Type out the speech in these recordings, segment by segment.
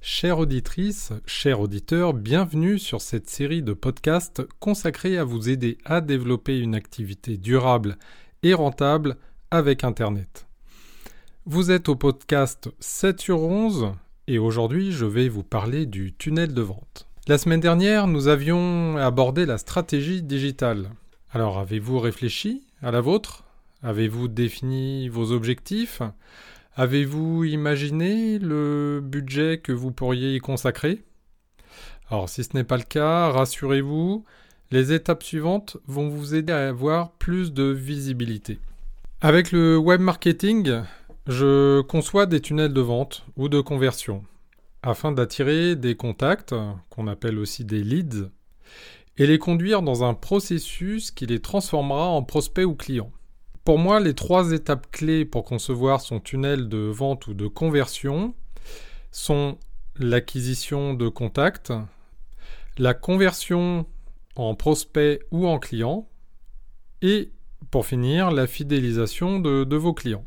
Chères auditrices, chers auditeurs, bienvenue sur cette série de podcasts consacrés à vous aider à développer une activité durable et rentable avec Internet. Vous êtes au podcast 7 sur 11 et aujourd'hui je vais vous parler du tunnel de vente. La semaine dernière, nous avions abordé la stratégie digitale. Alors avez-vous réfléchi à la vôtre ? Avez-vous défini vos objectifs ? Avez-vous imaginé le budget que vous pourriez y consacrer ? Alors si ce n'est pas le cas, rassurez-vous, les étapes suivantes vont vous aider à avoir plus de visibilité. Avec le web marketing, je conçois des tunnels de vente ou de conversion afin d'attirer des contacts, qu'on appelle aussi des leads, et les conduire dans un processus qui les transformera en prospects ou clients. Pour moi, les 3 étapes clés pour concevoir son tunnel de vente ou de conversion sont l'acquisition de contacts, la conversion en prospect ou en client et, pour finir, la fidélisation de vos clients.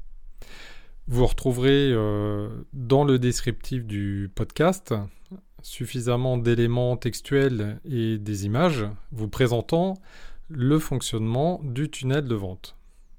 Vous retrouverez dans le descriptif du podcast suffisamment d'éléments textuels et des images vous présentant le fonctionnement du tunnel de vente.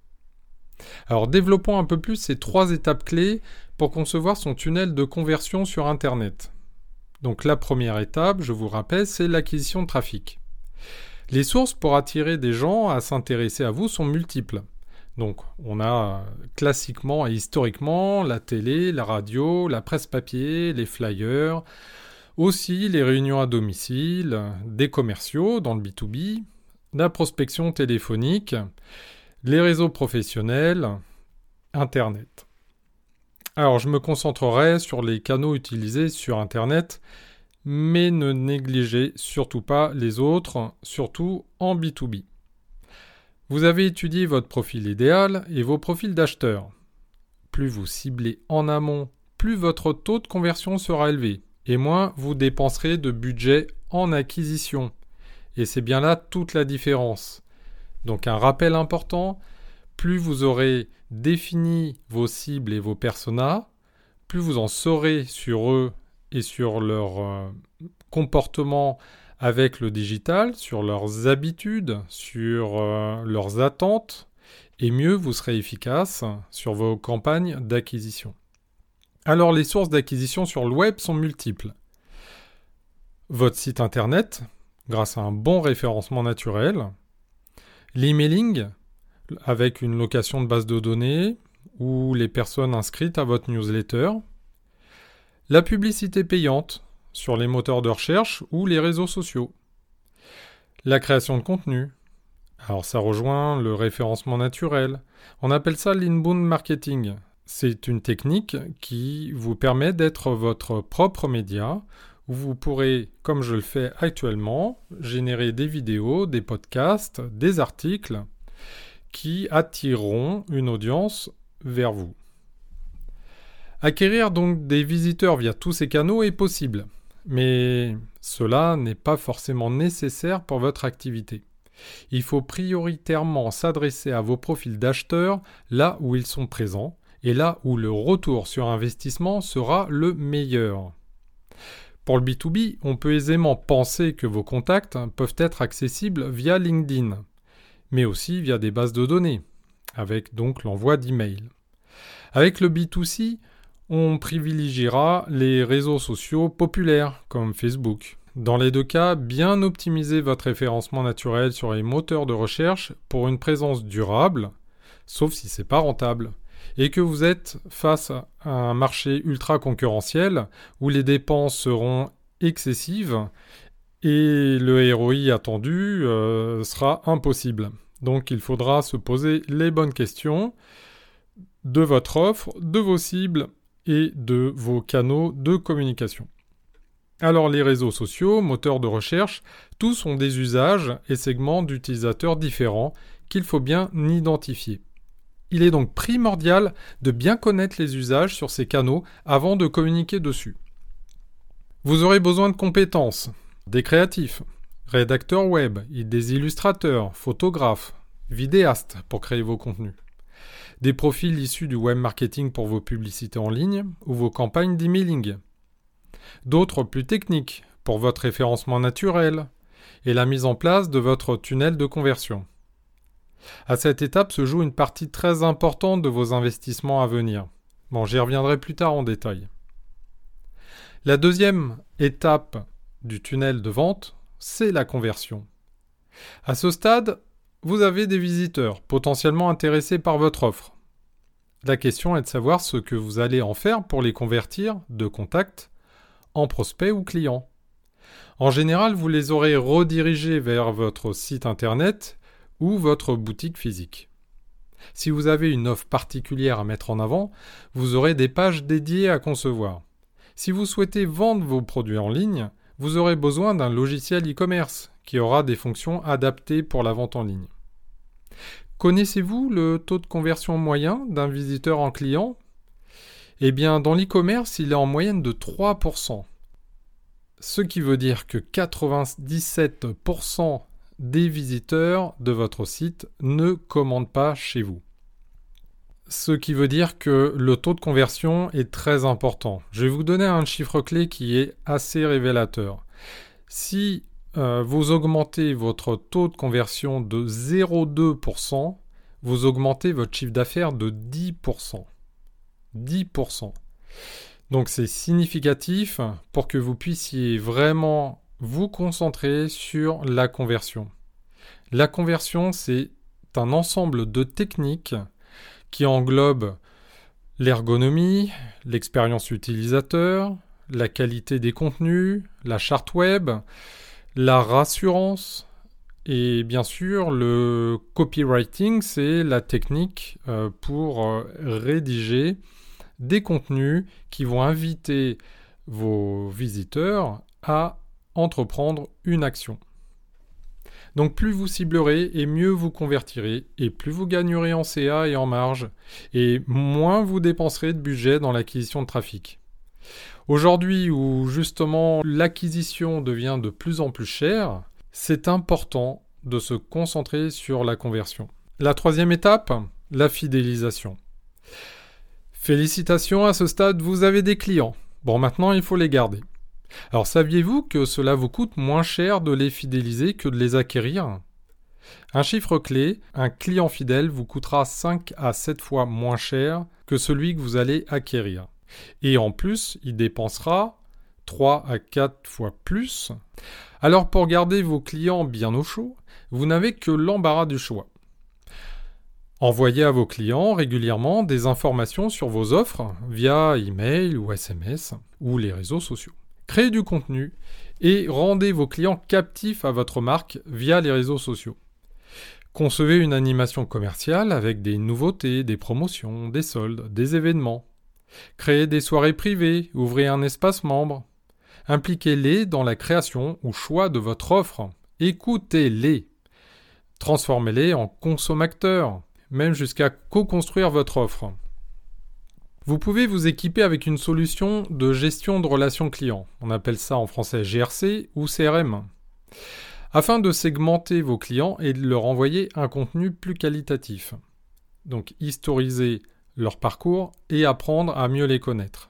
Alors développons un peu plus ces 3 étapes clés pour concevoir son tunnel de conversion sur Internet. Donc la première étape, je vous rappelle, c'est l'acquisition de trafic. Les sources pour attirer des gens à s'intéresser à vous sont multiples. Donc on a classiquement et historiquement la télé, la radio, la presse papier, les flyers, aussi les réunions à domicile, des commerciaux dans le B2B, la prospection téléphonique, les réseaux professionnels, Internet. Alors, je me concentrerai sur les canaux utilisés sur Internet, mais ne négligez surtout pas les autres, surtout en B2B. Vous avez étudié votre profil idéal et vos profils d'acheteurs. Plus vous ciblez en amont, plus votre taux de conversion sera élevé, et moins vous dépenserez de budget en acquisition. Et c'est bien là toute la différence. Donc un rappel important, plus vous aurez défini vos cibles et vos personas, plus vous en saurez sur eux et sur leur comportement avec le digital, sur leurs habitudes, sur leurs attentes, et mieux vous serez efficace sur vos campagnes d'acquisition. Alors les sources d'acquisition sur le web sont multiples. Votre site internet, grâce à un bon référencement naturel, l'emailing, avec une location de base de données, ou les personnes inscrites à votre newsletter, la publicité payante sur les moteurs de recherche ou les réseaux sociaux, la création de contenu. Alors ça rejoint le référencement naturel. On appelle ça l'inbound marketing. C'est une technique qui vous permet d'être votre propre média, où vous pourrez, comme je le fais actuellement, générer des vidéos, des podcasts, des articles qui attireront une audience vers vous. Acquérir donc des visiteurs via tous ces canaux est possible, mais cela n'est pas forcément nécessaire pour votre activité. Il faut prioritairement s'adresser à vos profils d'acheteurs là où ils sont présents et là où le retour sur investissement sera le meilleur. Pour le B2B, on peut aisément penser que vos contacts peuvent être accessibles via LinkedIn, mais aussi via des bases de données, avec donc l'envoi d'emails. Avec le B2C, on privilégiera les réseaux sociaux populaires comme Facebook. Dans les 2 cas, bien optimisez votre référencement naturel sur les moteurs de recherche pour une présence durable, sauf si c'est pas rentable, et que vous êtes face à un marché ultra concurrentiel où les dépenses seront excessives et le ROI attendu sera impossible. Donc il faudra se poser les bonnes questions de votre offre, de vos cibles et de vos canaux de communication. Alors les réseaux sociaux, moteurs de recherche, tous ont des usages et segments d'utilisateurs différents qu'il faut bien identifier. Il est donc primordial de bien connaître les usages sur ces canaux avant de communiquer dessus. Vous aurez besoin de compétences, des créatifs, rédacteurs web, des illustrateurs, photographes, vidéastes pour créer vos contenus. Des profils issus du web marketing pour vos publicités en ligne ou vos campagnes d'emailing. D'autres plus techniques pour votre référencement naturel et la mise en place de votre tunnel de conversion. À cette étape se joue une partie très importante de vos investissements à venir. Bon, j'y reviendrai plus tard en détail. La deuxième étape du tunnel de vente, c'est la conversion. À ce stade, vous avez des visiteurs potentiellement intéressés par votre offre. La question est de savoir ce que vous allez en faire pour les convertir de contacts en prospects ou clients. En général, vous les aurez redirigés vers votre site internet ou votre boutique physique. Si vous avez une offre particulière à mettre en avant, vous aurez des pages dédiées à concevoir. Si vous souhaitez vendre vos produits en ligne, vous aurez besoin d'un logiciel e-commerce qui aura des fonctions adaptées pour la vente en ligne. Connaissez-vous le taux de conversion moyen d'un visiteur en client ? Eh bien, dans l'e-commerce, il est en moyenne de 3%. Ce qui veut dire que 97% des visiteurs de votre site ne commandent pas chez vous. Ce qui veut dire que le taux de conversion est très important. Je vais vous donner un chiffre clé qui est assez révélateur. Si vous augmentez votre taux de conversion de 0,2%, vous augmentez votre chiffre d'affaires de 10%. 10%. Donc c'est significatif pour que vous puissiez vraiment vous concentrer sur la conversion. La conversion, c'est un ensemble de techniques qui englobe l'ergonomie, l'expérience utilisateur, la qualité des contenus, la charte web, la rassurance et bien sûr le copywriting, c'est la technique pour rédiger des contenus qui vont inviter vos visiteurs à entreprendre une action. Donc plus vous ciblerez et mieux vous convertirez et plus vous gagnerez en CA et en marge et moins vous dépenserez de budget dans l'acquisition de trafic. Aujourd'hui où justement l'acquisition devient de plus en plus chère, c'est important de se concentrer sur la conversion. La troisième étape, la fidélisation. Félicitations, à ce stade, vous avez des clients. Bon, maintenant il faut les garder. Alors saviez-vous que cela vous coûte moins cher de les fidéliser que de les acquérir ? Un chiffre clé, un client fidèle vous coûtera 5 à 7 fois moins cher que celui que vous allez acquérir. Et en plus, il dépensera 3 à 4 fois plus. Alors pour garder vos clients bien au chaud, vous n'avez que l'embarras du choix. Envoyez à vos clients régulièrement des informations sur vos offres via email ou SMS ou les réseaux sociaux. Créez du contenu et rendez vos clients captifs à votre marque via les réseaux sociaux. Concevez une animation commerciale avec des nouveautés, des promotions, des soldes, des événements. Créez des soirées privées, ouvrez un espace membre. Impliquez-les dans la création ou choix de votre offre. Écoutez-les. Transformez-les en consommateurs, même jusqu'à co-construire votre offre. Vous pouvez vous équiper avec une solution de gestion de relations clients. On appelle ça en français GRC ou CRM. Afin de segmenter vos clients et de leur envoyer un contenu plus qualitatif. Donc historiser leur parcours et apprendre à mieux les connaître.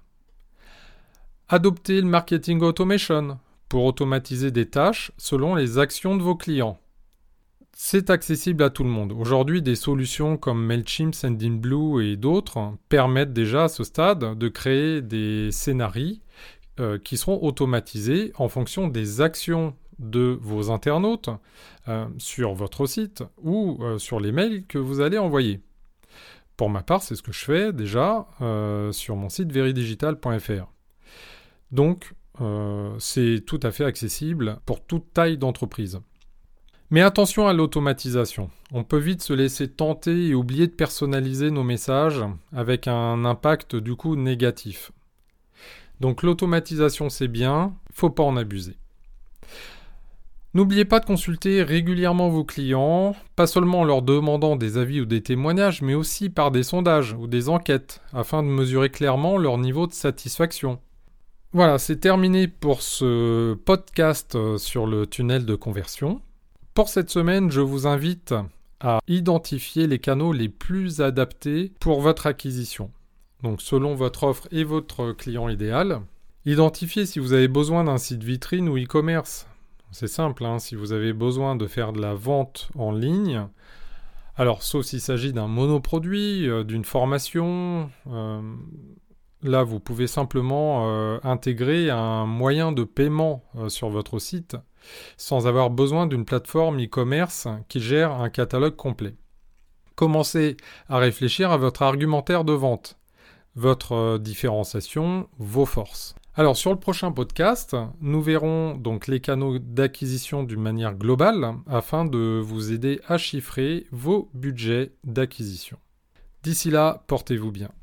Adoptez le marketing automation pour automatiser des tâches selon les actions de vos clients. C'est accessible à tout le monde. Aujourd'hui, des solutions comme Mailchimp, Sendinblue et d'autres permettent déjà à ce stade de créer des scénarios qui seront automatisés en fonction des actions de vos internautes sur votre site ou sur les mails que vous allez envoyer. Pour ma part, c'est ce que je fais déjà sur mon site veridigital.fr. Donc, c'est tout à fait accessible pour toute taille d'entreprise. Mais attention à l'automatisation. On peut vite se laisser tenter et oublier de personnaliser nos messages avec un impact du coup négatif. Donc l'automatisation c'est bien, faut pas en abuser. N'oubliez pas de consulter régulièrement vos clients, pas seulement en leur demandant des avis ou des témoignages, mais aussi par des sondages ou des enquêtes, afin de mesurer clairement leur niveau de satisfaction. Voilà, c'est terminé pour ce podcast sur le tunnel de conversion. Pour cette semaine, je vous invite à identifier les canaux les plus adaptés pour votre acquisition. Donc selon votre offre et votre client idéal. Identifiez si vous avez besoin d'un site vitrine ou e-commerce. C'est simple, si vous avez besoin de faire de la vente en ligne, alors sauf s'il s'agit d'un monoproduit, d'une formation, là vous pouvez simplement intégrer un moyen de paiement sur votre site sans avoir besoin d'une plateforme e-commerce qui gère un catalogue complet. Commencez à réfléchir à votre argumentaire de vente, votre différenciation, vos forces. Alors sur le prochain podcast, nous verrons donc les canaux d'acquisition d'une manière globale afin de vous aider à chiffrer vos budgets d'acquisition. D'ici là, portez-vous bien.